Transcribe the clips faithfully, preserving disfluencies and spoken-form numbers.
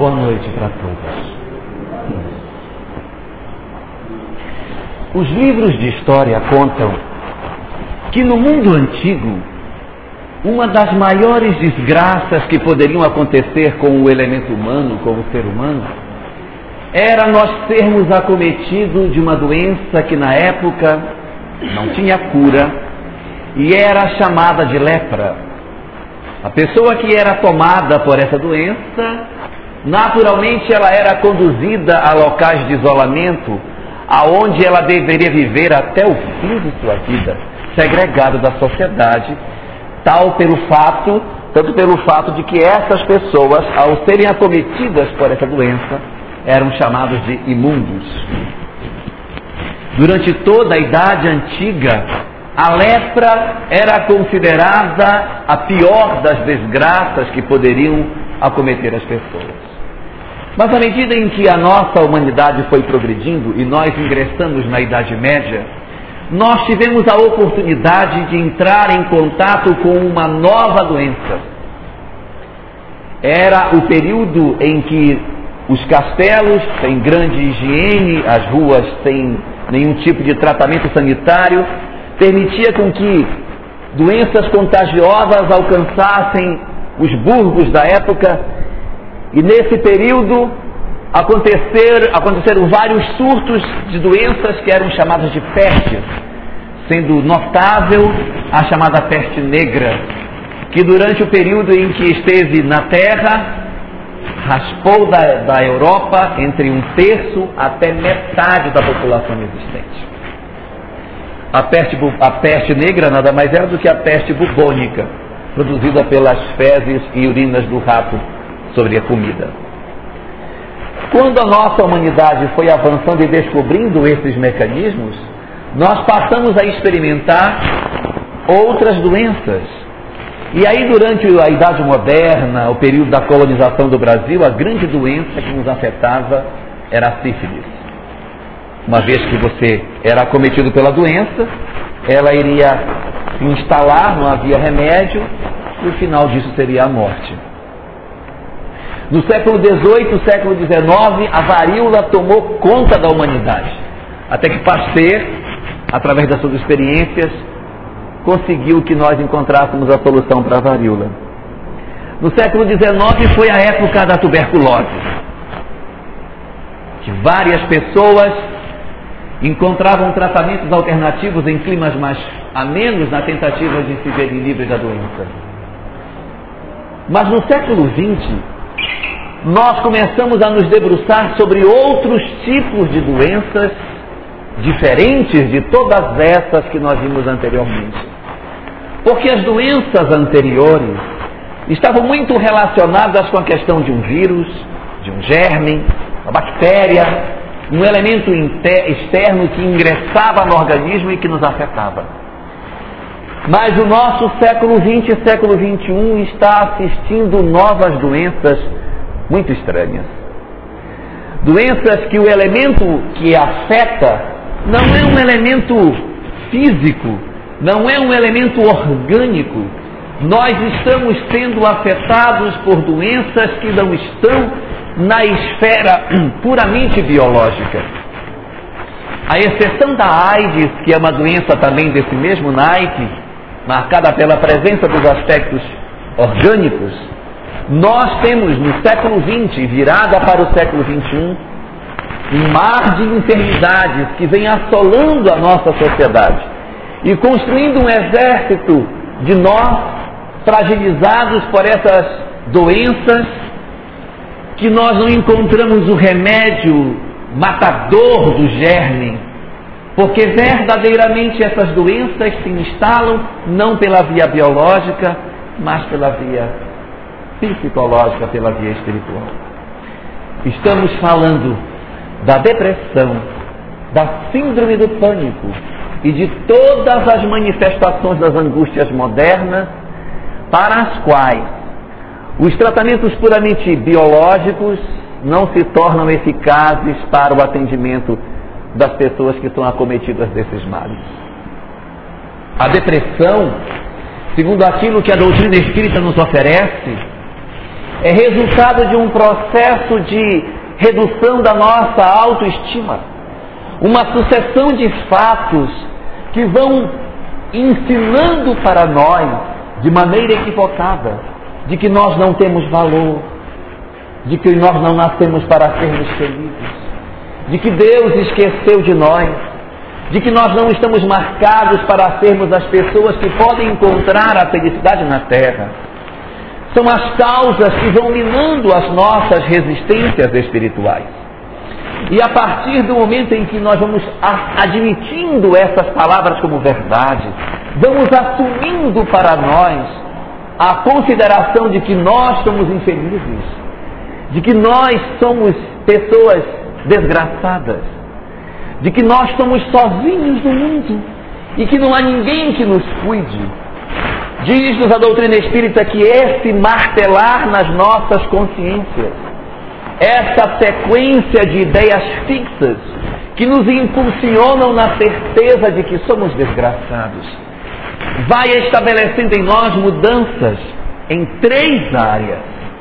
Boa noite para todos. Os livros de história contam que no mundo antigo, uma das maiores desgraças que poderiam acontecer com o elemento humano, com o ser humano, era nós sermos acometidos de uma doença que na época não tinha cura e era chamada de lepra. A pessoa que era tomada por essa doença, naturalmente ela era conduzida a locais de isolamento, aonde ela deveria viver até o fim de sua vida, segregada da sociedade, tal pelo fato, tanto pelo fato de que essas pessoas, ao serem acometidas por essa doença, eram chamados de imundos. Durante toda a Idade Antiga, a lepra era considerada a pior das desgraças que poderiam acometer as pessoas. Mas à medida em que a nossa humanidade foi progredindo e nós ingressamos na Idade Média, nós tivemos a oportunidade de entrar em contato com uma nova doença. Era o período em que os castelos têm grande higiene, as ruas têm nenhum tipo de tratamento sanitário, permitia com que doenças contagiosas alcançassem os burgos da época. E nesse período acontecer, aconteceram vários surtos de doenças que eram chamadas de pestes, sendo notável a chamada peste negra, que durante o período em que esteve na Terra, raspou da, da Europa entre um terço até metade da população existente. A peste, a peste negra nada mais era do que a peste bubônica, produzida pelas fezes e urinas do rato sobre a comida. Quando a nossa humanidade foi avançando e descobrindo esses mecanismos, nós passamos a experimentar outras doenças. E aí, durante a Idade Moderna, o período da colonização do Brasil, a grande doença que nos afetava era a sífilis. Uma vez que você era acometido pela doença, ela iria se instalar, não havia remédio, e o final disso seria a morte. No século dezoito, século dezenove, a varíola tomou conta da humanidade, até que Pasteur, através das suas experiências, conseguiu que nós encontrássemos a solução para a varíola. No século dezenove foi a época da tuberculose, que várias pessoas encontravam tratamentos alternativos em climas mais amenos na tentativa de se verem livres da doença. Mas no século vinte, nós começamos a nos debruçar sobre outros tipos de doenças diferentes de todas essas que nós vimos anteriormente. Porque as doenças anteriores estavam muito relacionadas com a questão de um vírus, de um germe, uma bactéria, um elemento externo que ingressava no organismo e que nos afetava. Mas o nosso século vinte e século vinte e um está assistindo novas doenças muito estranhas. Doenças que o elemento que afeta não é um elemento físico, não é um elemento orgânico. Nós estamos sendo afetados por doenças que não estão na esfera puramente biológica. A exceção da AIDS, que é uma doença também desse mesmo naipe, marcada pela presença dos aspectos orgânicos, nós temos no século vinte, virada para o século vinte e um, um mar de enfermidades que vem assolando a nossa sociedade e construindo um exército de nós fragilizados por essas doenças que nós não encontramos o remédio matador do germe, porque verdadeiramente essas doenças se instalam não pela via biológica, mas pela via psicológica, pela via espiritual. Estamos falando da depressão, da síndrome do pânico e de todas as manifestações das angústias modernas para as quais os tratamentos puramente biológicos não se tornam eficazes para o atendimento das pessoas que estão acometidas desses males. A depressão, segundo aquilo que a doutrina espírita nos oferece, é resultado de um processo de redução da nossa autoestima. Uma sucessão de fatos que vão ensinando para nós, de maneira equivocada, de que nós não temos valor, de que nós não nascemos para sermos felizes, de que Deus esqueceu de nós, de que nós não estamos marcados para sermos as pessoas que podem encontrar a felicidade na terra. São as causas que vão minando as nossas resistências espirituais. E a partir do momento em que nós vamos admitindo essas palavras como verdade, vamos assumindo para nós a consideração de que nós somos infelizes, de que nós somos pessoas desgraçadas, de que nós somos sozinhos no mundo e que não há ninguém que nos cuide. Diz-nos a doutrina espírita que esse martelar nas nossas consciências, essa sequência de ideias fixas que nos impulsionam na certeza de que somos desgraçados, vai estabelecendo em nós mudanças em três áreas.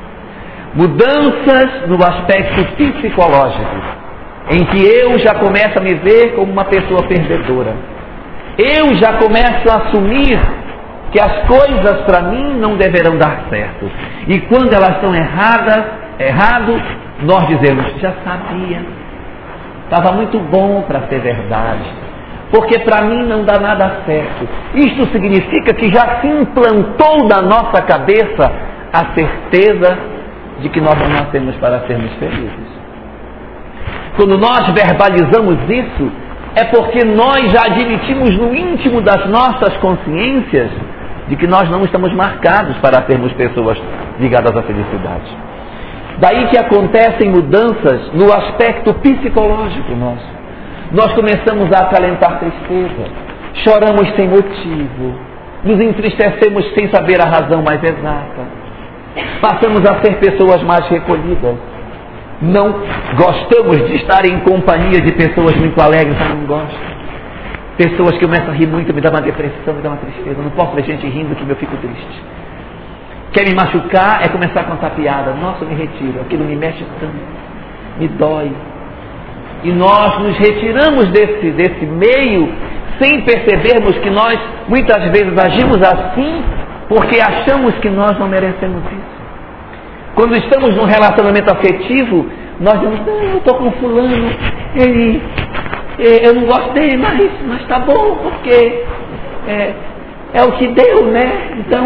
Mudanças no aspecto psicológico, em que eu já começo a me ver como uma pessoa perdedora. Eu já começo a assumir que as coisas para mim não deverão dar certo. E quando elas estão erradas, errado, nós dizemos, já sabia, estava muito bom para ser verdade, porque para mim não dá nada certo. Isto significa que já se implantou na nossa cabeça a certeza de que nós não nascemos para sermos felizes. Quando nós verbalizamos isso, é porque nós já admitimos no íntimo das nossas consciências de que nós não estamos marcados para sermos pessoas ligadas à felicidade. Daí que acontecem mudanças no aspecto psicológico nosso. Nós começamos a acalentar tristeza, choramos sem motivo, nos entristecemos sem saber a razão mais exata, passamos a ser pessoas mais recolhidas, não gostamos de estar em companhia de pessoas muito alegres, eu não gosto. Pessoas que começam a rir muito, me dá uma depressão, me dá uma tristeza, eu não posso ver gente rindo que eu fico triste. Quer me machucar, é começar a contar piada, nossa, eu me retiro, aquilo me mexe tanto, me dói. E nós nos retiramos desse, desse meio, sem percebermos que nós, muitas vezes, agimos assim, porque achamos que nós não merecemos isso. Quando estamos num relacionamento afetivo, nós dizemos, não, eu estou com fulano, ele, eu não gosto dele, mas, mas tá bom, porque é, é o que deu, né? Então,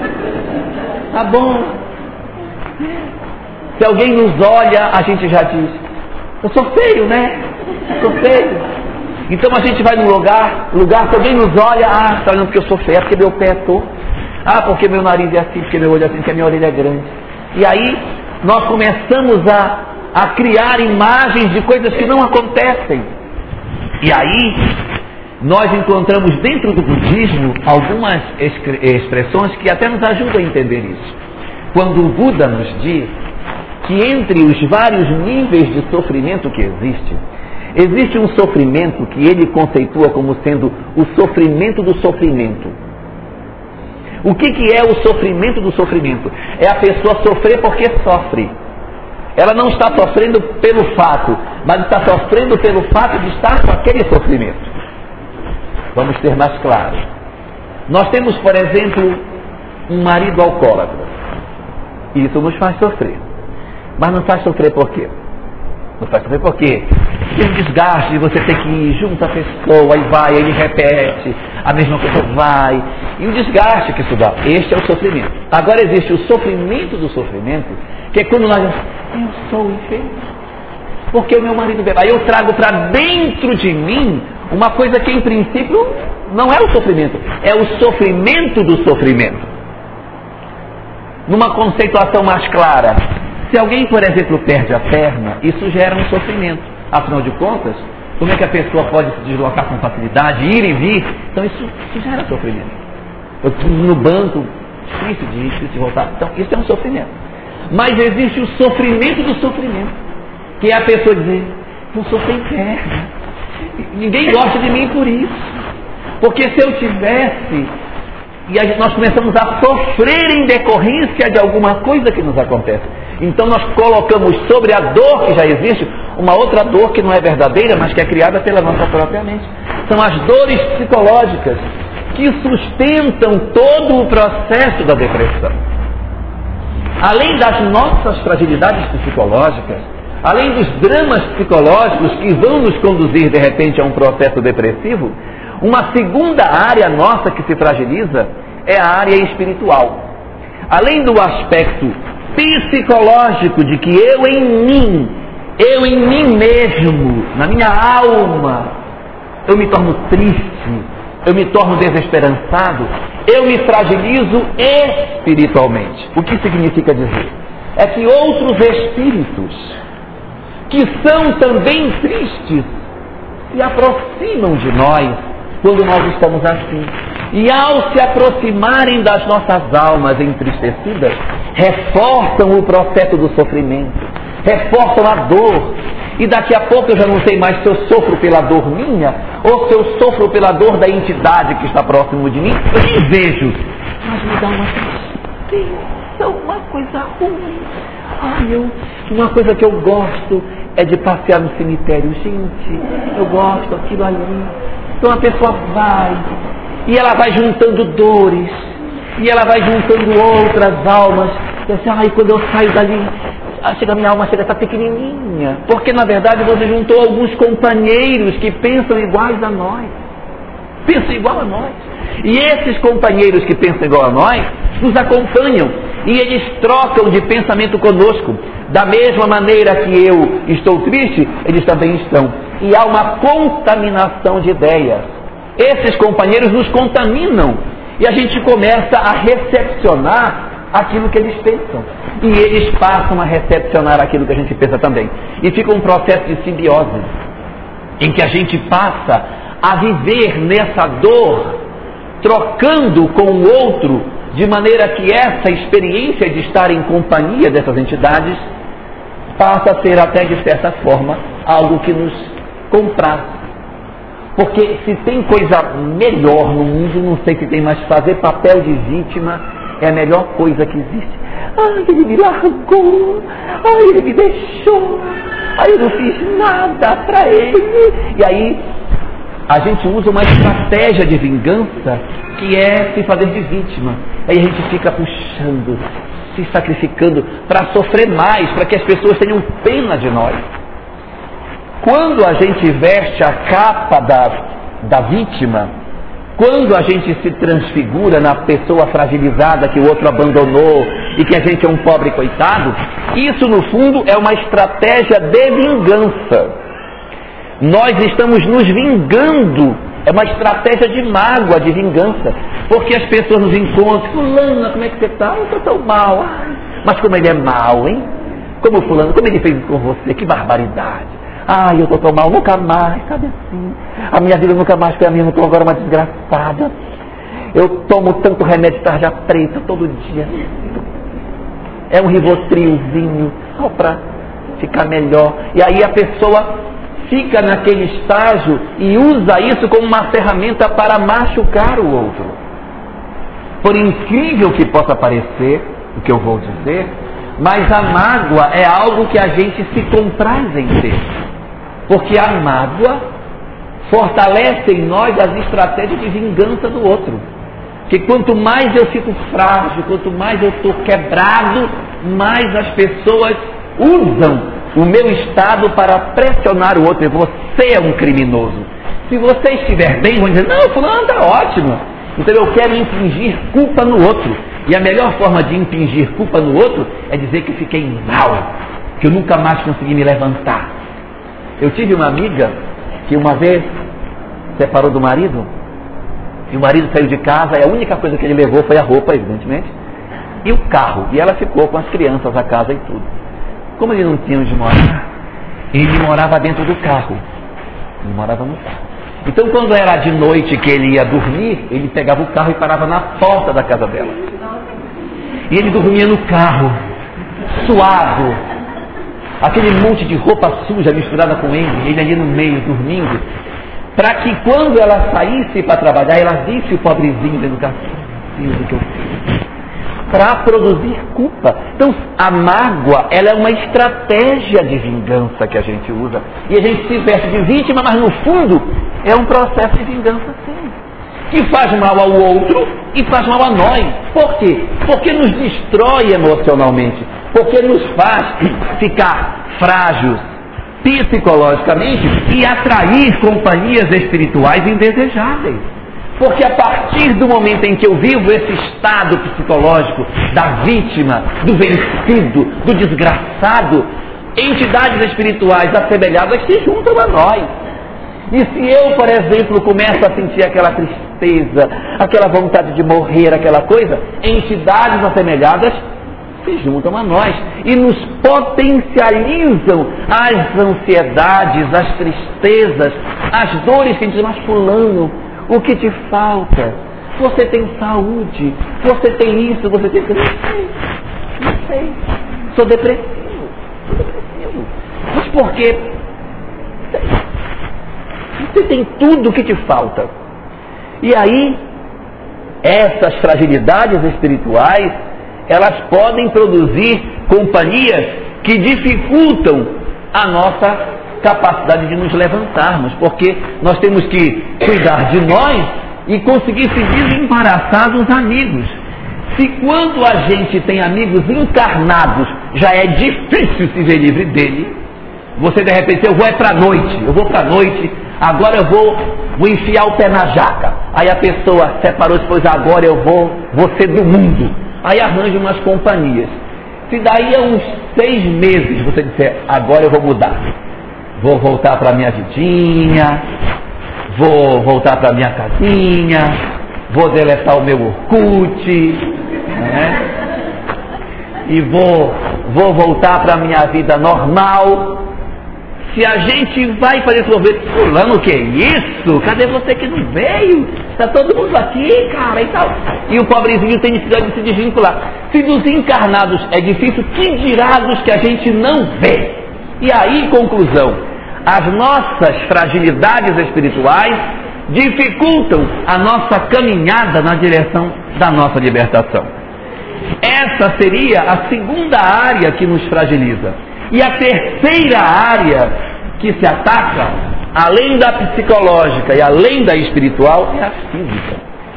tá bom. Se alguém nos olha, a gente já diz, eu sou feio, né? Eu sou feio. Então a gente vai num lugar, lugar, se alguém nos olha, ah, está olhando porque eu sou feio, é porque meu pé é torto, ah, porque meu nariz é assim, porque meu olho é assim, porque minha orelha é grande. E aí nós começamos a, a criar imagens de coisas que não acontecem. E aí nós encontramos dentro do budismo algumas expressões que até nos ajudam a entender isso. Quando o Buda nos diz que entre os vários níveis de sofrimento que existe, existe um sofrimento que ele conceitua como sendo o sofrimento do sofrimento. O que, que é o sofrimento do sofrimento? É a pessoa sofrer porque sofre. Ela não está sofrendo pelo fato, mas está sofrendo pelo fato de estar com aquele sofrimento. Vamos ser mais claros. Nós temos, por exemplo, um marido alcoólatra. Isso nos faz sofrer. Mas não faz sofrer por quê? Não faz sofrer por quê? Tem um desgaste de você ter que ir junto à pessoa, aí vai, aí ele repete, a mesma coisa vai. E o desgaste que isso dá. Este é o sofrimento. Agora existe o sofrimento do sofrimento, que é quando nós dizemos, eu sou infeliz, porque o meu marido bebe. Aí eu trago para dentro de mim uma coisa que em princípio não é o sofrimento, é o sofrimento do sofrimento. Numa conceituação mais clara, se alguém, por exemplo, perde a perna, isso gera um sofrimento. Afinal de contas, como é que a pessoa pode se deslocar com facilidade, ir e vir? Então isso, isso gera sofrimento. Eu estou no banco, difícil de ir, difícil de voltar. Então isso é um sofrimento. Mas existe o sofrimento do sofrimento, que é a pessoa dizer, eu sou sem perna, ninguém gosta de mim por isso. Porque se eu tivesse E a gente, nós começamos a sofrer em decorrência de alguma coisa que nos acontece. Então nós colocamos sobre a dor que já existe, uma outra dor que não é verdadeira, mas que é criada pela nossa própria mente. São as dores psicológicas que sustentam todo o processo da depressão. Além das nossas fragilidades psicológicas, além dos dramas psicológicos que vão nos conduzir de repente a um processo depressivo, uma segunda área nossa que se fragiliza é a área espiritual. Além do aspecto psicológico de que eu em mim, eu em mim mesmo, na minha alma, eu me torno triste, eu me torno desesperançado, eu me fragilizo espiritualmente. O que significa dizer? É que outros espíritos, que são também tristes, se aproximam de nós quando nós estamos assim. E ao se aproximarem das nossas almas entristecidas, reforçam o processo do sofrimento, reforçam a dor. E daqui a pouco eu já não sei mais se eu sofro pela dor minha ou se eu sofro pela dor da entidade que está próximo de mim. Eu nem vejo, mas me dá uma tristeza, uma coisa ruim. Ai, eu, uma coisa que eu gosto é de passear no cemitério. Gente, eu gosto daquilo ali. Então a pessoa vai e ela vai juntando dores e ela vai juntando outras almas. E assim, ai, quando eu saio dali, chega a minha alma chega a estar pequenininha, porque na verdade você juntou alguns companheiros que pensam iguais a nós, pensam igual a nós, e esses companheiros que pensam igual a nós nos acompanham e eles trocam de pensamento conosco. Da mesma maneira que eu estou triste, eles também estão, e há uma contaminação de ideias. Esses companheiros nos contaminam e a gente começa a recepcionar aquilo que eles pensam, e eles passam a recepcionar aquilo que a gente pensa também, e fica um processo de simbiose, em que a gente passa a viver nessa dor, trocando com o outro, de maneira que essa experiência de estar em companhia dessas entidades passa a ser até de certa forma algo que nos compraz. Porque se tem coisa melhor no mundo, não sei se tem mais, fazer papel de vítima é a melhor coisa que existe. Ai, ele me largou, ai, ele me deixou, ai, eu não fiz nada para ele. E aí a gente usa uma estratégia de vingança que é se fazer de vítima. Aí a gente fica puxando, se sacrificando para sofrer mais, para que as pessoas tenham pena de nós. Quando a gente veste a capa da, da vítima, quando a gente se transfigura na pessoa fragilizada que o outro abandonou e que a gente é um pobre coitado, isso no fundo é uma estratégia de vingança. Nós estamos nos vingando, é uma estratégia de mágoa, de vingança, porque as pessoas nos encontram, fulana, como é que você está? Eu estou tão mal. Ai, mas como ele é mal, hein? Como fulano, como ele fez isso com você? Que barbaridade. Ai, eu estou tão mal, nunca mais, sabe assim? A minha vida nunca mais foi a mesma, estou agora uma desgraçada. Eu tomo tanto remédio de tarja preta todo dia. É um rivotrilzinho, só para ficar melhor. E aí a pessoa fica naquele estágio e usa isso como uma ferramenta para machucar o outro. Por incrível que possa parecer, o que eu vou dizer, mas a mágoa é algo que a gente se compraz em ter. Porque a mágoa fortalece em nós as estratégias de vingança do outro. Que quanto mais eu fico frágil, quanto mais eu estou quebrado, mais as pessoas usam o meu estado para pressionar o outro. Você é um criminoso. Se você estiver bem, vão dizer, não, fulano está ótimo. Então eu quero impingir culpa no outro. E a melhor forma de impingir culpa no outro é dizer que fiquei mal, que eu nunca mais consegui me levantar. Eu tive uma amiga que uma vez separou do marido, e o marido saiu de casa, e a única coisa que ele levou foi a roupa, evidentemente, e o carro. E ela ficou com as crianças, a casa e tudo. Como ele não tinha onde morar, ele morava dentro do carro. Ele morava no carro. Então, quando era de noite que ele ia dormir, ele pegava o carro e parava na porta da casa dela. E ele dormia no carro, suado, aquele monte de roupa suja misturada com ele, ele ali no meio, dormindo, para que quando ela saísse para trabalhar, ela visse o pobrezinho dentro do carro. preciso que eu fiz? Para produzir culpa. Então, a mágoa, ela é uma estratégia de vingança que a gente usa. E a gente se veste de vítima, mas no fundo é um processo de vingança, sim. Que faz mal ao outro e faz mal a nós. Por quê? Porque nos destrói emocionalmente. Porque nos faz ficar frágeis psicologicamente e atrair companhias espirituais indesejáveis. Porque a partir do momento em que eu vivo esse estado psicológico da vítima, do vencido, do desgraçado, entidades espirituais assemelhadas se juntam a nós. E se eu, por exemplo, começo a sentir aquela tristeza, aquela vontade de morrer, aquela coisa, entidades assemelhadas se juntam a nós e nos potencializam as ansiedades, as tristezas, as dores que a gente diz, mas fulano, o que te falta? Você tem saúde, você tem isso, você tem... Não sei, não sei, sou depressivo, sou depressivo. Mas por quê? Você tem tudo o que te falta. E aí, essas fragilidades espirituais, elas podem produzir companhias que dificultam a nossa capacidade de nos levantarmos, porque nós temos que cuidar de nós e conseguir se desembaraçar dos amigos. Se quando a gente tem amigos encarnados, já é difícil se ver livre dele, você de repente, eu vou é para a noite, eu vou para a noite, agora eu vou, vou enfiar o pé na jaca. Aí a pessoa separou-se, pois agora eu vou, vou ser do mundo. Aí arranja umas companhias. Se daí a uns seis meses você disser, agora eu vou mudar, vou voltar para a minha vidinha, vou voltar para a minha casinha, vou deletar o meu Orkut, né? E vou, vou voltar para a minha vida normal. Se a gente vai fazer esse movimento, fulano, o que é isso? Cadê você que não veio? Está todo mundo aqui, cara, e tal. E o pobrezinho tem necessidade de se desvincular. Se dos encarnados é difícil, que dirá dos que a gente não vê? E aí, conclusão, as nossas fragilidades espirituais dificultam a nossa caminhada na direção da nossa libertação. Essa seria a segunda área que nos fragiliza. E a terceira área que se ataca, além da psicológica e além da espiritual, é a física.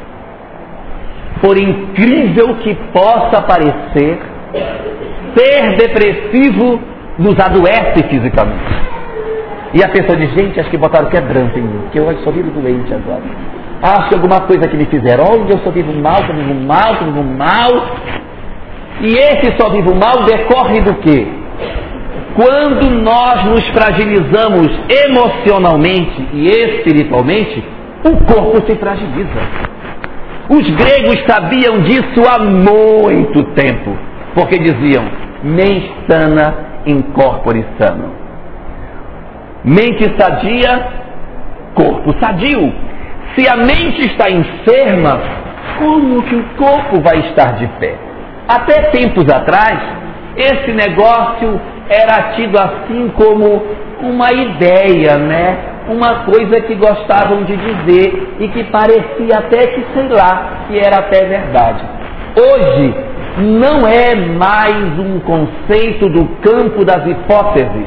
Por incrível que possa parecer, ser depressivo nos adoece fisicamente. E a pessoa diz, gente, acho que botaram quebrança em mim, porque eu só vivo doente agora. Acho que alguma coisa que me fizeram, olha, eu só vivo mal, só vivo mal, só vivo mal. E esse só vivo mal decorre do quê? Quando nós nos fragilizamos emocionalmente e espiritualmente, o corpo se fragiliza. Os gregos sabiam disso há muito tempo, porque diziam, mens sana in corpore sano. Mente sadia, corpo sadio. Se a mente está enferma, como que o corpo vai estar de pé? Até tempos atrás, esse negócio era tido assim como uma ideia, né? Uma coisa que gostavam de dizer e que parecia até que, sei lá, que era até verdade. Hoje, não é mais um conceito do campo das hipóteses.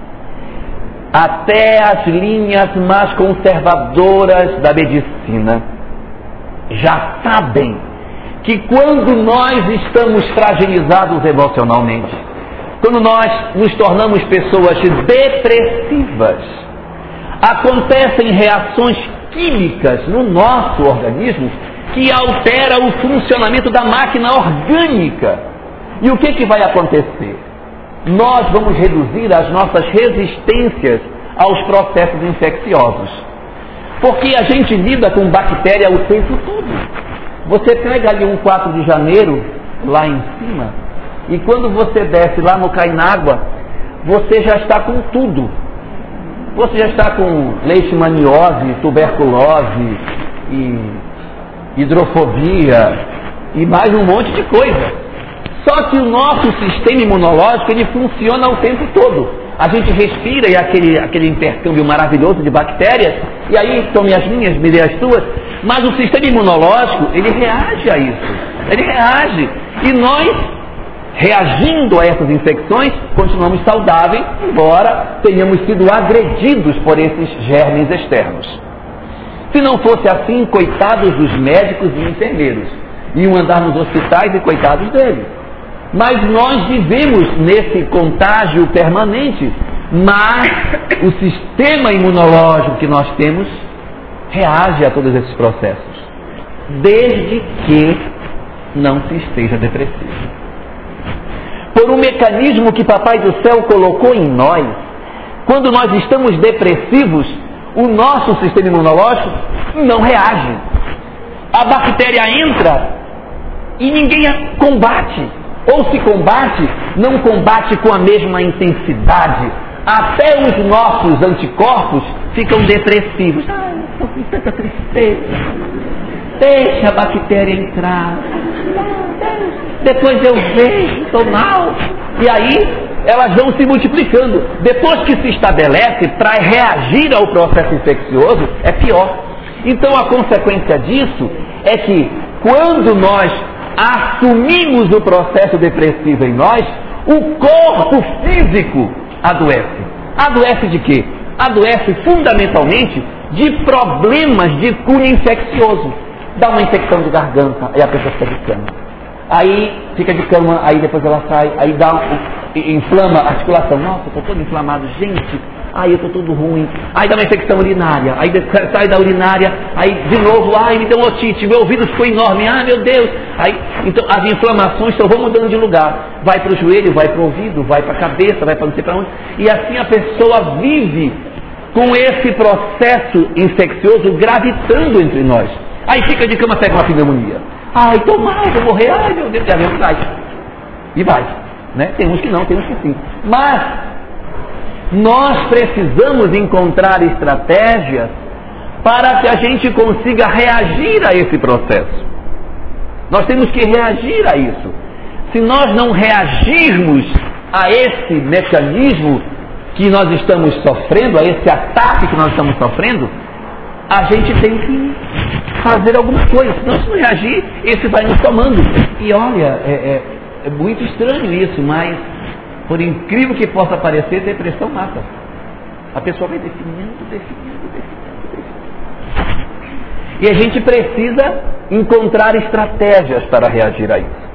Até as linhas mais conservadoras da medicina já sabem que quando nós estamos fragilizados emocionalmente, quando nós nos tornamos pessoas depressivas, acontecem reações químicas no nosso organismo que alteram o funcionamento da máquina orgânica. E o que, que vai acontecer? Nós vamos reduzir as nossas resistências aos processos infecciosos. Porque a gente lida com bactéria o tempo todo. Você pega ali um quatro de janeiro, lá em cima, e quando você desce lá no Cainágua, você já está com tudo. Você já está com leishmaniose, tuberculose, e hidrofobia, e mais um monte de coisa. Só que o nosso sistema imunológico, ele funciona o tempo todo. a gente respira e aquele, aquele intercâmbio maravilhoso de bactérias, e aí tome as minhas, me dê as suas, mas o sistema imunológico, ele reage a isso, ele reage, e nós, reagindo a essas infecções, continuamos saudáveis, embora tenhamos sido agredidos por esses germes externos. Se não fosse assim, coitados dos médicos e enfermeiros, iam andar nos hospitais e coitados deles. Mas nós vivemos nesse contágio permanente, mas o sistema imunológico que nós temos reage a todos esses processos, desde que não se esteja depressivo. Por um mecanismo que Papai do Céu colocou em nós, quando nós estamos depressivos, o nosso sistema imunológico não reage. A bactéria entra e ninguém a combate. Ou se combate, não combate com a mesma intensidade. Até os nossos anticorpos ficam depressivos. Ai, estou com tanta tristeza. Deixa a bactéria entrar. Depois eu vejo, estou mal. E aí elas vão se multiplicando. Depois que se estabelece, para reagir ao processo infeccioso, é pior. Então a consequência disso é que quando nós assumimos o processo depressivo em nós, o corpo físico adoece. Adoece de quê? Adoece fundamentalmente de problemas de cunho infeccioso. Dá uma infecção de garganta, aí a pessoa fica de cama. Aí fica de cama, aí depois ela sai, aí dá um, inflama a articulação. Nossa, eu estou todo inflamado, gente. Ai, eu estou todo ruim. Aí dá uma infecção urinária. Aí sai da urinária. Aí de novo, ai, me deu um otite. Meu ouvido ficou enorme. Ai, meu Deus. Aí, então as inflamações só vão mudando de lugar. Vai para o joelho, vai para o ouvido, vai para a cabeça, vai para não sei para onde. E assim a pessoa vive com esse processo infeccioso gravitando entre nós. Aí fica de cama, pega uma pneumonia. Ai, estou mal, vou morrer. Ai, meu Deus, já mesmo vai. E vai. Né? Tem uns que não, tem uns que sim. Mas nós precisamos encontrar estratégias para que a gente consiga reagir a esse processo. Nós temos que reagir a isso. Se nós não reagirmos a esse mecanismo que nós estamos sofrendo, a esse ataque que nós estamos sofrendo, a gente tem que fazer alguma coisa. Se nós não reagir, esse vai nos tomando. E olha, é, é, é muito estranho isso, mas por incrível que possa parecer, depressão mata. A pessoa vai definindo, definindo, definindo, definindo. E a gente precisa encontrar estratégias para reagir a isso.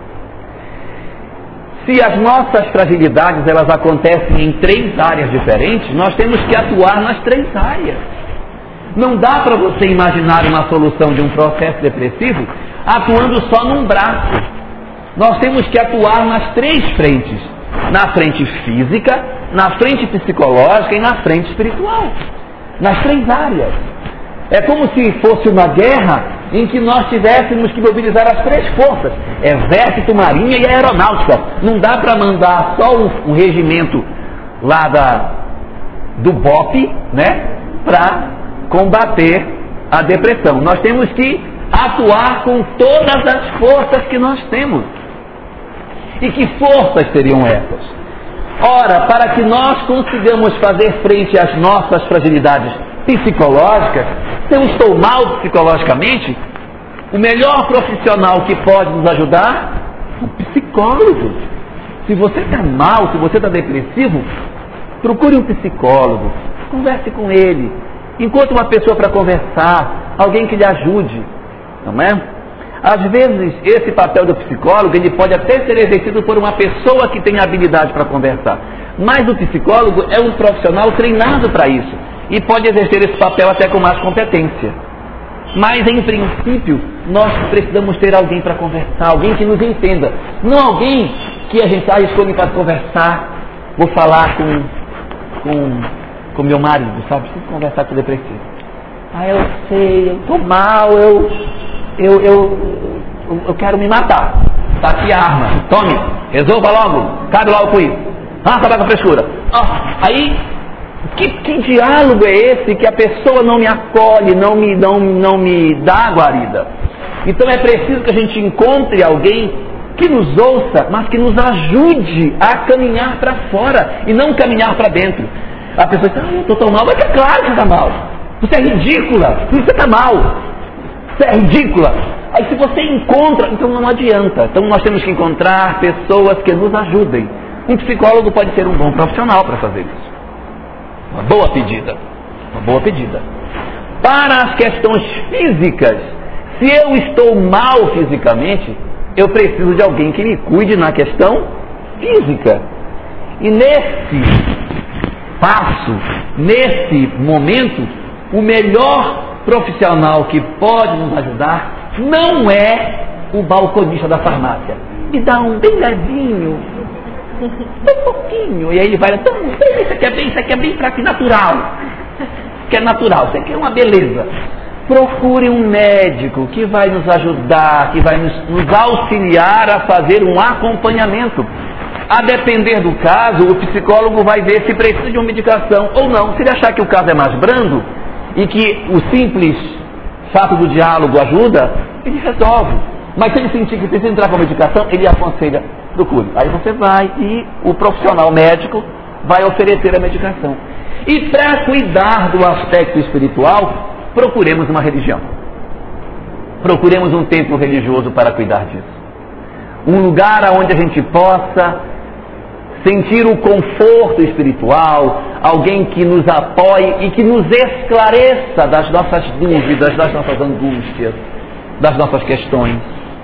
Se as nossas fragilidades elas acontecem em três áreas diferentes, nós temos que atuar nas três áreas. Não dá para você imaginar uma solução de um processo depressivo atuando só num braço. Nós temos que atuar nas três frentes. Na frente física, na frente psicológica e na frente espiritual. Nas três áreas. É como se fosse uma guerra em que nós tivéssemos que mobilizar as três forças. Exército, marinha e aeronáutica. Não dá para mandar só um, um regimento lá da, do B O P, né, para combater a depressão. Nós temos que atuar com todas as forças que nós temos. E que forças seriam essas? Ora, para que nós consigamos fazer frente às nossas fragilidades psicológicas, se eu estou mal psicologicamente, o melhor profissional que pode nos ajudar é o psicólogo. Se você está mal, se você está depressivo, procure um psicólogo, converse com ele, encontre uma pessoa para conversar, alguém que lhe ajude, não é? Às vezes, esse papel do psicólogo, ele pode até ser exercido por uma pessoa que tem habilidade para conversar. Mas o psicólogo é um profissional treinado para isso. E pode exercer esse papel até com mais competência. Mas, em princípio, nós precisamos ter alguém para conversar, alguém que nos entenda. Não alguém que a gente, ah, escolhe para conversar, vou falar com com, com meu marido, sabe? Preciso conversar com o depressivo. Ah, eu sei, eu estou mal, eu... Eu, eu, eu quero me matar. Está aqui a arma. Tome, resolva logo. Cabe logo com isso. Ah, acabar com a frescura. Ah, aí, que, que diálogo é esse que a pessoa não me acolhe, não me, não, não me dá guarida? Então é preciso que a gente encontre alguém que nos ouça, mas que nos ajude a caminhar para fora e não caminhar para dentro. A pessoa diz, ah, eu estou tão mal, mas é claro que você está mal. Você é ridícula, você está mal. Você é ridícula. Aí se você encontra, então não adianta. Então nós temos que encontrar pessoas que nos ajudem. Um psicólogo pode ser um bom profissional para fazer isso. Uma boa pedida. Uma boa pedida. Para as questões físicas, se eu estou mal fisicamente, eu preciso de alguém que me cuide na questão física. E nesse passo, nesse momento, o melhor profissional que pode nos ajudar não é o balconista da farmácia. Me dá um bem levinho, um pouquinho, e aí ele vai, então, isso aqui é bem, isso aqui é bem para que natural. Que é natural, isso aqui é uma beleza. Procure um médico que vai nos ajudar, que vai nos, nos auxiliar a fazer um acompanhamento. A depender do caso, o psicólogo vai ver se precisa de uma medicação ou não. Se ele achar que o caso é mais brando e que o simples fato do diálogo ajuda, ele resolve. Mas se ele sentir que precisa entrar com a medicação, ele aconselha, procure. Aí você vai e o profissional médico vai oferecer a medicação. E para cuidar do aspecto espiritual, procuremos uma religião. Procuremos um templo religioso para cuidar disso. Um lugar onde a gente possa sentir o conforto espiritual, alguém que nos apoie e que nos esclareça das nossas dúvidas, das nossas angústias, das nossas questões.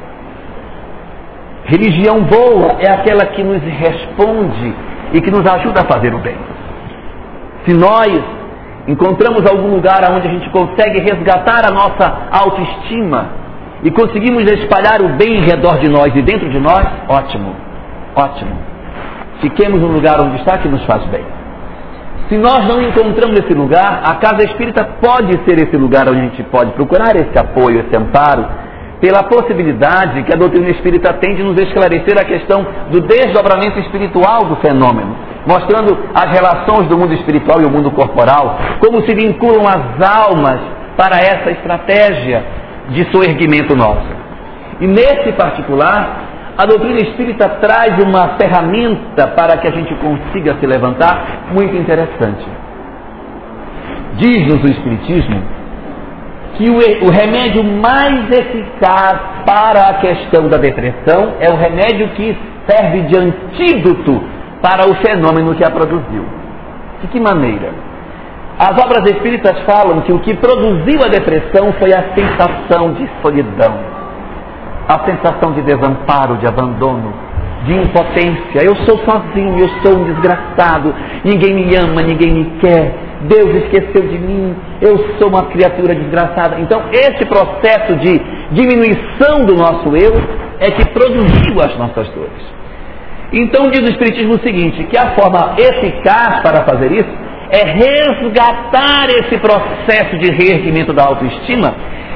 Religião boa é aquela que nos responde e que nos ajuda a fazer o bem. Se nós encontramos algum lugar onde a gente consegue resgatar a nossa autoestima e conseguimos espalhar o bem em redor de nós e dentro de nós, ótimo, ótimo. Fiquemos no lugar onde está que nos faz bem. Se nós não encontramos esse lugar, a casa espírita pode ser esse lugar onde a gente pode procurar esse apoio, esse amparo, pela possibilidade que a doutrina espírita tem de nos esclarecer a questão do desdobramento espiritual do fenômeno, mostrando as relações do mundo espiritual e o mundo corporal, como se vinculam as almas para essa estratégia de soerguimento nosso. E nesse particular, a doutrina espírita traz uma ferramenta para que a gente consiga se levantar muito interessante. Diz-nos o Espiritismo que o, o remédio mais eficaz para a questão da depressão é o remédio que serve de antídoto para o fenômeno que a produziu. De que maneira? As obras espíritas falam que o que produziu a depressão foi a sensação de solidão, a sensação de desamparo, de abandono, de impotência. Eu sou sozinho, eu sou um desgraçado, ninguém me ama, ninguém me quer, Deus esqueceu de mim, eu sou uma criatura desgraçada. Então esse processo de diminuição do nosso eu é que produziu as nossas dores. Então diz o Espiritismo o seguinte, que a forma eficaz para fazer isso é resgatar esse processo de reerguimento da autoestima,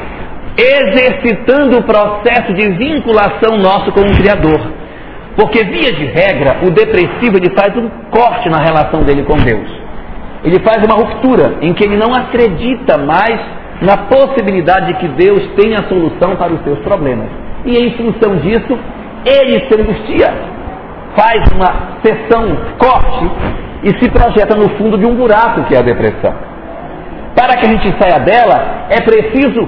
exercitando o processo de vinculação nosso com o Criador. Porque, via de regra, o depressivo ele faz um corte na relação dele com Deus. Ele faz uma ruptura em que ele não acredita mais na possibilidade de que Deus tenha a solução para os seus problemas. E, em função disso, ele se angustia, faz uma sessão corte e se projeta no fundo de um buraco que é a depressão. Para que a gente saia dela, é preciso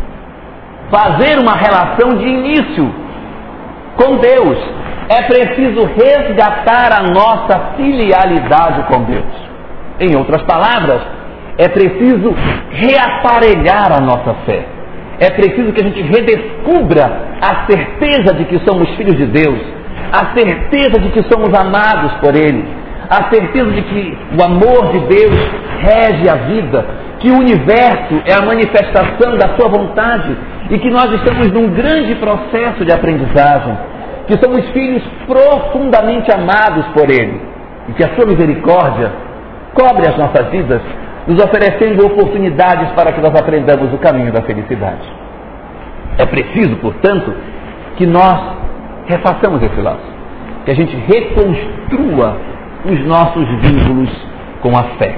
fazer uma relação de início com Deus. É preciso resgatar a nossa filialidade com Deus. Em outras palavras, é preciso reaparelhar a nossa fé. É preciso que a gente redescubra a certeza de que somos filhos de Deus, a certeza de que somos amados por Ele, a certeza de que o amor de Deus rege a vida, que o universo é a manifestação da sua vontade e que nós estamos num grande processo de aprendizagem, que somos filhos profundamente amados por Ele e que a sua misericórdia cobre as nossas vidas, nos oferecendo oportunidades para que nós aprendamos o caminho da felicidade. É preciso, portanto, que nós refaçamos esse laço, que a gente reconstrua os nossos vínculos com a fé.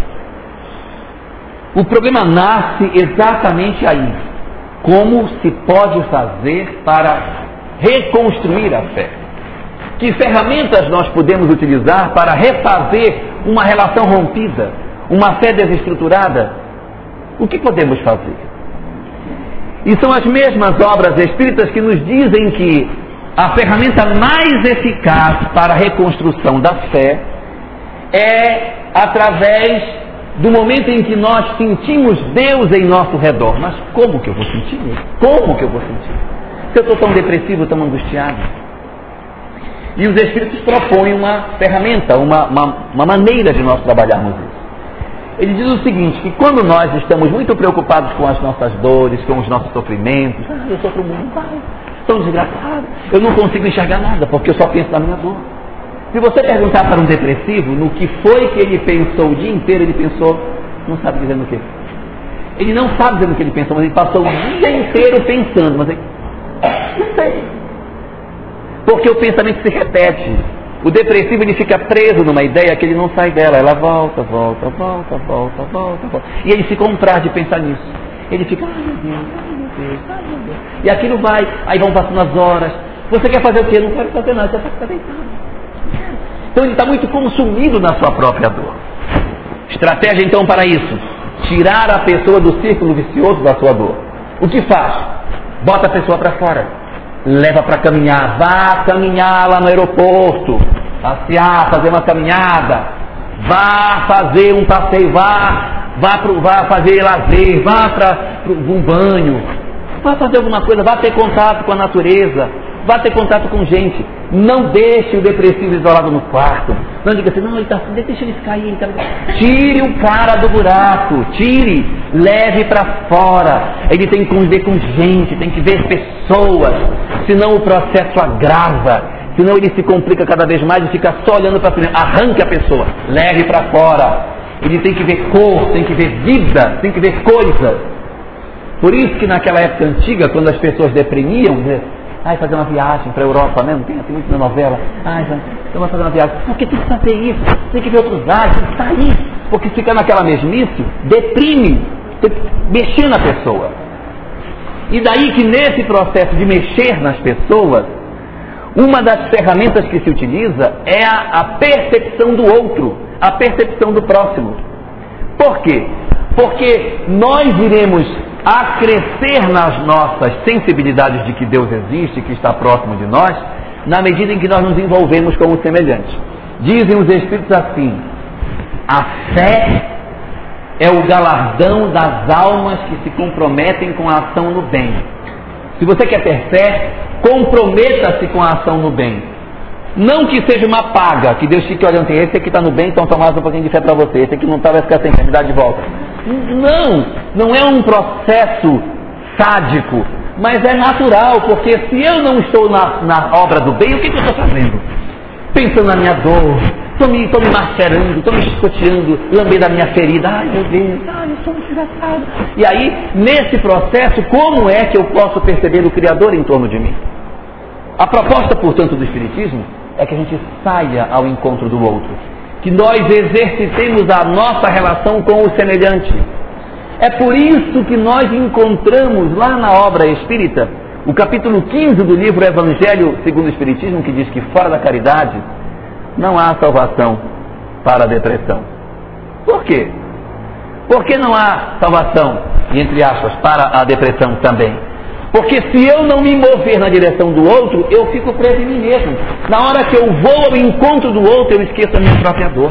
O problema nasce exatamente aí. Como se pode fazer para reconstruir a fé? Que ferramentas nós podemos utilizar para refazer uma relação rompida, uma fé desestruturada? O que podemos fazer? E são as mesmas obras espíritas que nos dizem que a ferramenta mais eficaz para a reconstrução da fé é através do momento em que nós sentimos Deus em nosso redor. Mas como que eu vou sentir isso? Como que eu vou sentir? Se eu estou tão depressivo, tão angustiado? E os Espíritos propõem uma ferramenta, uma, uma, uma maneira de nós trabalharmos isso. Ele diz o seguinte, que quando nós estamos muito preocupados com as nossas dores, com os nossos sofrimentos, ah, eu sofro muito, pai, estou desgraçado, eu não consigo enxergar nada, porque eu só penso na minha dor. Se você perguntar para um depressivo no que foi que ele pensou o dia inteiro, ele pensou, não sabe dizer no que. Ele não sabe dizer no que ele pensou, mas ele passou o dia inteiro pensando, mas ele, não sei. Porque o pensamento se repete. O depressivo ele fica preso numa ideia que ele não sai dela. Ela volta, volta, volta, volta, volta, volta. E ele se compraz de pensar nisso. Ele fica, ai meu Deus, ai meu Deus, ai meu Deus. E aquilo vai, aí vão passando as horas. Você quer fazer o quê? Não quero fazer nada, você está deitado. Então ele está muito consumido na sua própria dor. Estratégia então para isso: tirar a pessoa do círculo vicioso da sua dor. O que faz? Bota a pessoa para fora. Leva para caminhar, vá caminhar lá no aeroporto, passear, fazer uma caminhada, vá fazer um passeio, vá, vá, pro, vá fazer lazer, vá para um banho, vá fazer alguma coisa, vá ter contato com a natureza, vá ter contato com gente. Não deixe o depressivo isolado no quarto. Não diga assim, não, ele tá, deixa ele cair. Ele tá... Tire o cara do buraco, tire, leve para fora. Ele tem que conviver com gente, tem que ver pessoas, senão o processo agrava, senão ele se complica cada vez mais e fica só olhando para frente. Arranque a pessoa, leve para fora. Ele tem que ver cor, tem que ver vida, tem que ver coisas. Por isso que naquela época antiga, quando as pessoas deprimiam, ai, fazer uma viagem para a Europa, né? Não tem, tem muito na novela. Ai, vamos fazer uma viagem. Porque tem que fazer isso, tem que ver outros lados, tem que sair. Porque ficar naquela mesmice, deprime, tem que mexer na pessoa. E daí que nesse processo de mexer nas pessoas, uma das ferramentas que se utiliza é a, a percepção do outro, a percepção do próximo. Por quê? Porque nós iremos a crescer nas nossas sensibilidades de que Deus existe, que está próximo de nós, na medida em que nós nos envolvemos com o semelhante. Dizem os Espíritos assim: a fé é o galardão das almas que se comprometem com a ação no bem. Se você quer ter fé, comprometa-se com a ação no bem. Não que seja uma paga, que Deus fique olhando, tem esse aqui está no bem, então toma mais um pouquinho de fé para você, esse aqui não está, vai ficar sem fé, me dá de volta. Não, não é um processo sádico, mas é natural, porque se eu não estou na, na obra do bem, o que, que eu estou fazendo? Pensando na minha dor, estou me, me macerando, estou me escoteando, lambendo a minha ferida, ai meu Deus, ai eu sou um desgraçado. E aí, nesse processo, como é que eu posso perceber o Criador em torno de mim? A proposta, portanto, do Espiritismo é que a gente saia ao encontro do outro, que nós exercitemos a nossa relação com o semelhante. É por isso que nós encontramos lá na obra espírita, o capítulo quinze do livro Evangelho segundo o Espiritismo, que diz que fora da caridade não há salvação para a depressão. Por quê? Por que não há salvação, entre aspas, para a depressão também? Porque se eu não me mover na direção do outro, eu fico preso em mim mesmo. Na hora que eu vou ao encontro do outro, eu esqueço a minha própria dor.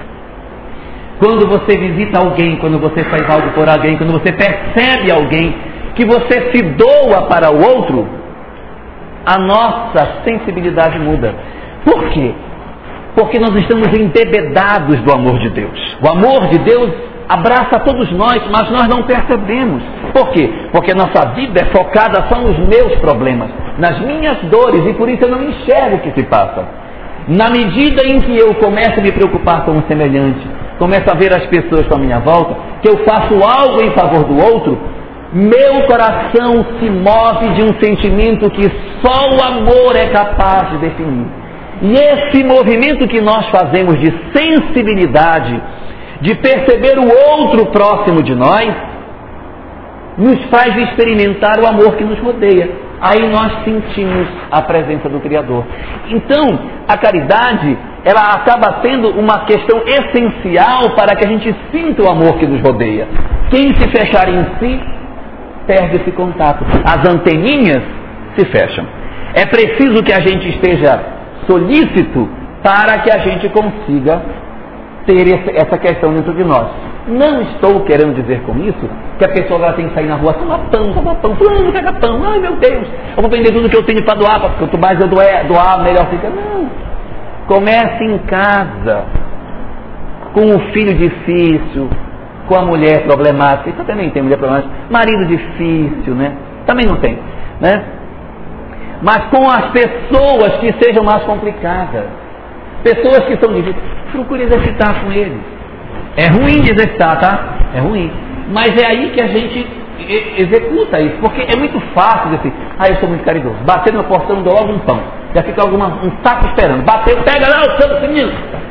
Quando você visita alguém, quando você faz algo por alguém, quando você percebe alguém, que você se doa para o outro, a nossa sensibilidade muda. Por quê? Porque nós estamos embebedados do amor de Deus. O amor de Deus abraça todos nós, mas nós não percebemos. Por quê? Porque nossa vida é focada só nos meus problemas, nas minhas dores, e por isso eu não enxergo o que se passa. Na medida em que eu começo a me preocupar com o semelhante, começo a ver as pessoas à minha volta, que eu faço algo em favor do outro, meu coração se move de um sentimento que só o amor é capaz de definir. E esse movimento que nós fazemos de sensibilidade, de perceber o outro próximo de nós, nos faz experimentar o amor que nos rodeia. aí nós sentimos a presença do Criador. Então, a caridade, ela acaba sendo uma questão essencial para que a gente sinta o amor que nos rodeia. Quem se fechar em si, perde esse contato. As anteninhas se fecham. É preciso que a gente esteja solícito para que a gente consiga ter essa questão dentro de nós. Não estou querendo dizer com isso que a pessoa ela tem que sair na rua, toma pão, toma pão, fulano, pega pão, ai meu Deus, eu vou vender tudo que eu tenho para doar, porque quanto mais eu doar, doar melhor fica. Não. Comece em casa, com o filho difícil, com a mulher problemática. Isso também tem mulher problemática, marido difícil, né? Também não tem, né? Mas com as pessoas que sejam mais complicadas, pessoas que são difíceis, procure exercitar com eles. É ruim de exercitar, tá? É ruim. Mas é aí que a gente executa isso, porque é muito fácil dizer assim, ah, eu sou muito caridoso. Bater no portão, dou logo um pão. Já fica alguma, um saco esperando. Bateu, pega lá o santo menino.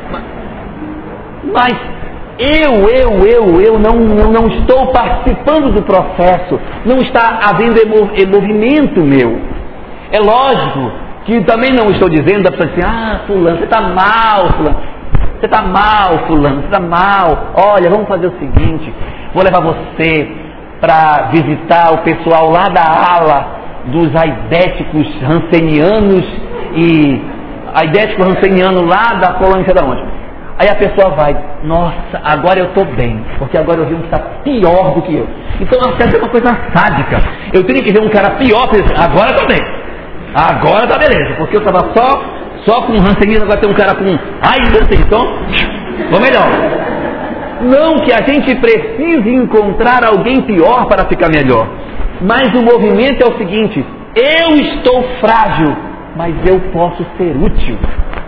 Mas eu, eu, eu, eu não, eu não estou participando do processo. Não está havendo movimento meu. É lógico que também não estou dizendo da pessoa assim, ah, fulano, você está mal, fulano. Você está mal, fulano, você está mal. Olha, vamos fazer o seguinte, vou levar você para visitar o pessoal lá da ala dos aidéticos rancenianos e aidético ranceniano lá da colônia da onde. Aí a pessoa vai, nossa, agora eu estou bem, porque agora eu vi um que está pior do que eu. Então é uma coisa sádica. Eu tenho que ver um cara pior, agora eu estou bem. Agora tá beleza, porque eu estava só, só com ranceniano, agora tem um cara com ai, então, vou melhor. Não que a gente precise encontrar alguém pior para ficar melhor. Mas o movimento é o seguinte, eu estou frágil, mas eu posso ser útil.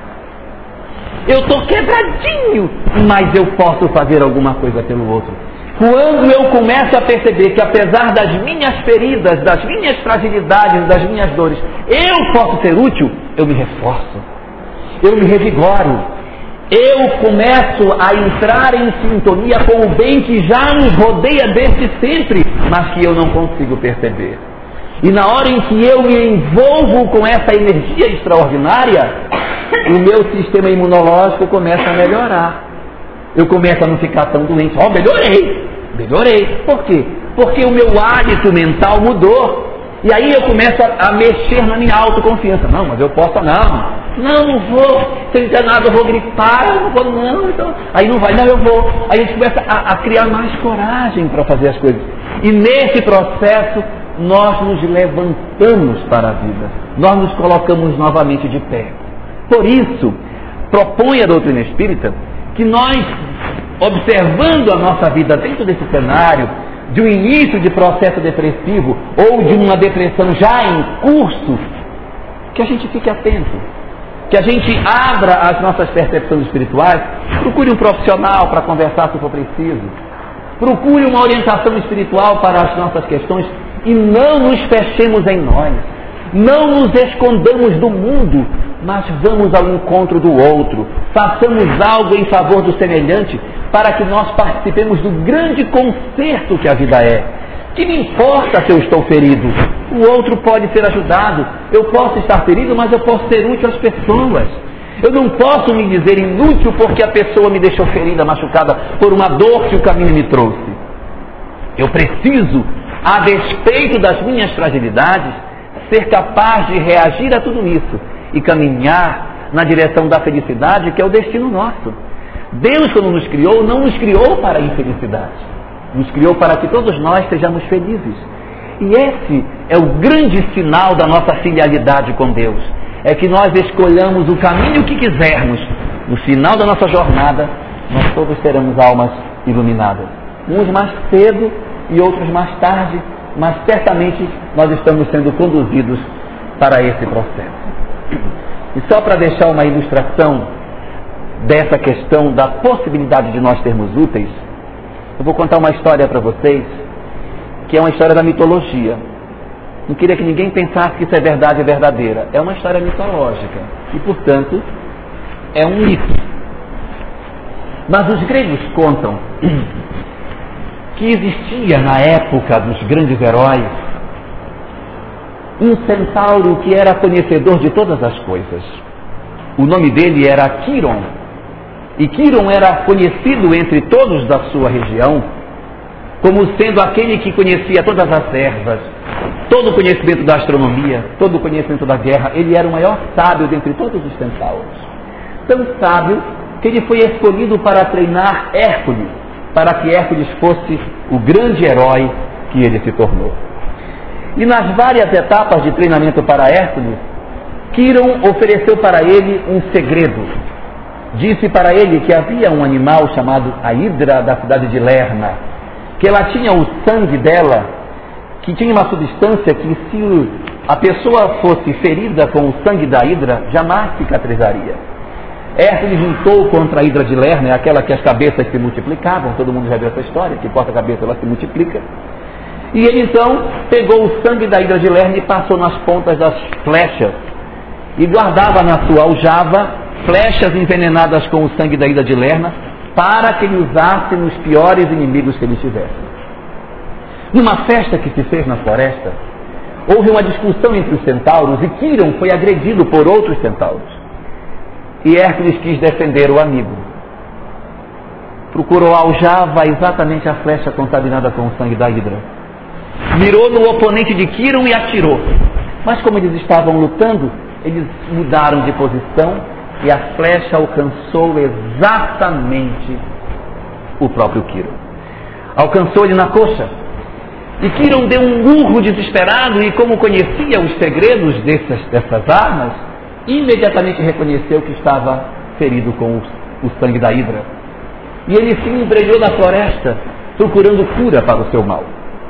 Eu estou quebradinho, mas eu posso fazer alguma coisa pelo outro. Quando eu começo a perceber que apesar das minhas feridas, das minhas fragilidades, das minhas dores, eu posso ser útil, eu me reforço, eu me revigoro, eu começo a entrar em sintonia com o bem que já nos rodeia desde sempre, mas que eu não consigo perceber. E na hora em que eu me envolvo com essa energia extraordinária, o meu sistema imunológico começa a melhorar. Eu começo a não ficar tão doente. Ó, oh, melhorei, melhorei. Por quê? Porque o meu hálito mental mudou. E aí eu começo a, a mexer na minha autoconfiança. Não, mas eu posso não. Não, não vou. Se não der nada, eu vou gripar. Eu não vou, não. Então, aí não vai, não, eu vou. Aí a gente começa a, a criar mais coragem para fazer as coisas. E nesse processo, nós nos levantamos para a vida. Nós nos colocamos novamente de pé. Por isso, propõe a doutrina espírita que nós, observando a nossa vida dentro desse cenário, de um início de processo depressivo ou de uma depressão já em curso, que a gente fique atento, que a gente abra as nossas percepções espirituais, procure um profissional para conversar se for preciso, procure uma orientação espiritual para as nossas questões e não nos fechemos em nós, não nos escondamos do mundo, mas vamos ao encontro do outro, façamos algo em favor do semelhante para que nós participemos do grande concerto que a vida é. Que me importa se eu estou ferido? O outro pode ser ajudado. Eu posso estar ferido, mas eu posso ser útil às pessoas. Eu não posso me dizer inútil porque a pessoa me deixou ferida, machucada por uma dor que o caminho me trouxe. Eu preciso, a despeito das minhas fragilidades, ser capaz de reagir a tudo isso e caminhar na direção da felicidade, que é o destino nosso. Deus, quando nos criou, não nos criou para a infelicidade. Nos criou para que todos nós sejamos felizes. E esse é o grande sinal da nossa filialidade com Deus. É que nós escolhamos o caminho que quisermos. No final da nossa jornada, nós todos seremos almas iluminadas. Uns mais cedo e outros mais tarde, mas certamente nós estamos sendo conduzidos para esse processo. E só para deixar uma ilustração dessa questão da possibilidade de nós sermos úteis, eu vou contar uma história para vocês, que é uma história da mitologia. Não queria que ninguém pensasse que isso é verdade e verdadeira. É uma história mitológica e, portanto, é um mito. Mas os gregos contam que existia na época dos grandes heróis um centauro que era conhecedor de todas as coisas. O nome dele era Quiron, e Quiron era conhecido entre todos da sua região como sendo aquele que conhecia todas as ervas, todo o conhecimento da astronomia, todo o conhecimento da guerra. Ele era o maior sábio dentre todos os centauros. Tão sábio que ele foi escolhido para treinar Hércules, para que Hércules fosse o grande herói que ele se tornou. E nas várias etapas de treinamento para Hércules, Quiron ofereceu para ele um segredo. Disse para ele que havia um animal chamado a Hidra da cidade de Lerna, que ela tinha o sangue dela, que tinha uma substância que, se a pessoa fosse ferida com o sangue da Hidra, jamais cicatrizaria. Hércules lutou contra a Hidra de Lerna, aquela que as cabeças se multiplicavam, todo mundo já viu essa história, que corta a cabeça ela se multiplica. E ele então pegou o sangue da Hidra de Lerna e passou nas pontas das flechas, e guardava na sua aljava flechas envenenadas com o sangue da Hidra de Lerna, para que ele usasse nos piores inimigos que ele tivesse. Numa festa que se fez na floresta, houve uma discussão entre os centauros e Quiron foi agredido por outros centauros. E Hércules quis defender o amigo. Procurou a aljava exatamente a flecha contaminada com o sangue da Hidra. Mirou no oponente de Quiron e atirou. Mas como eles estavam lutando, eles mudaram de posição e a flecha alcançou exatamente o próprio Quiron. Alcançou ele na coxa. E Quiron deu um urro desesperado e, como conhecia os segredos dessas, dessas armas, imediatamente reconheceu que estava ferido com o, o sangue da Hidra. E ele se embrenhou na floresta, procurando cura para o seu mal.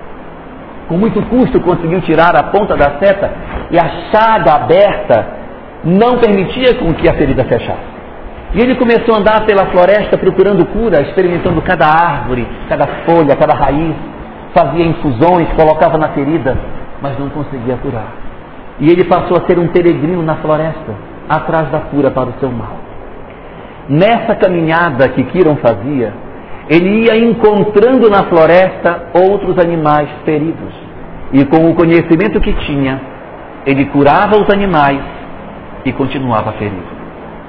Com muito custo conseguiu tirar a ponta da seta e a chaga aberta não permitia com que a ferida fechasse. E ele começou a andar pela floresta procurando cura, experimentando cada árvore, cada folha, cada raiz, fazia infusões, colocava na ferida, mas não conseguia curar. E ele passou a ser um peregrino na floresta, atrás da cura para o seu mal. Nessa caminhada que Quiron fazia, ele ia encontrando na floresta outros animais feridos. E com o conhecimento que tinha, ele curava os animais e continuava ferido.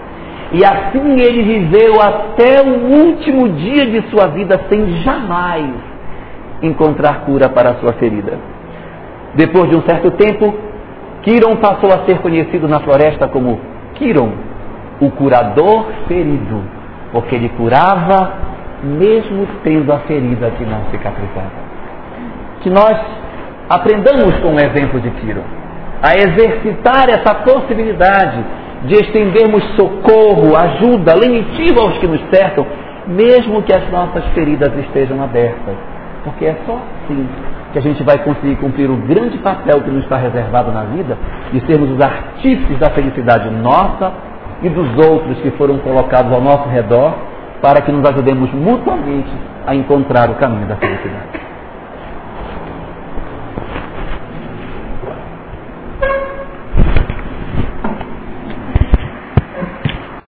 E assim ele viveu até o último dia de sua vida sem jamais encontrar cura para a sua ferida. Depois de um certo tempo, Quiron passou a ser conhecido na floresta como Quiron, o curador ferido, porque ele curava mesmo tendo a ferida que não cicatrizava. Que nós aprendamos com o exemplo de Quiron a exercitar essa possibilidade de estendermos socorro, ajuda, lenitivo aos que nos cercam, mesmo que as nossas feridas estejam abertas, porque é só assim que a gente vai conseguir cumprir o grande papel que nos está reservado na vida, de sermos os artífices da felicidade nossa e dos outros que foram colocados ao nosso redor, para que nos ajudemos mutuamente a encontrar o caminho da felicidade.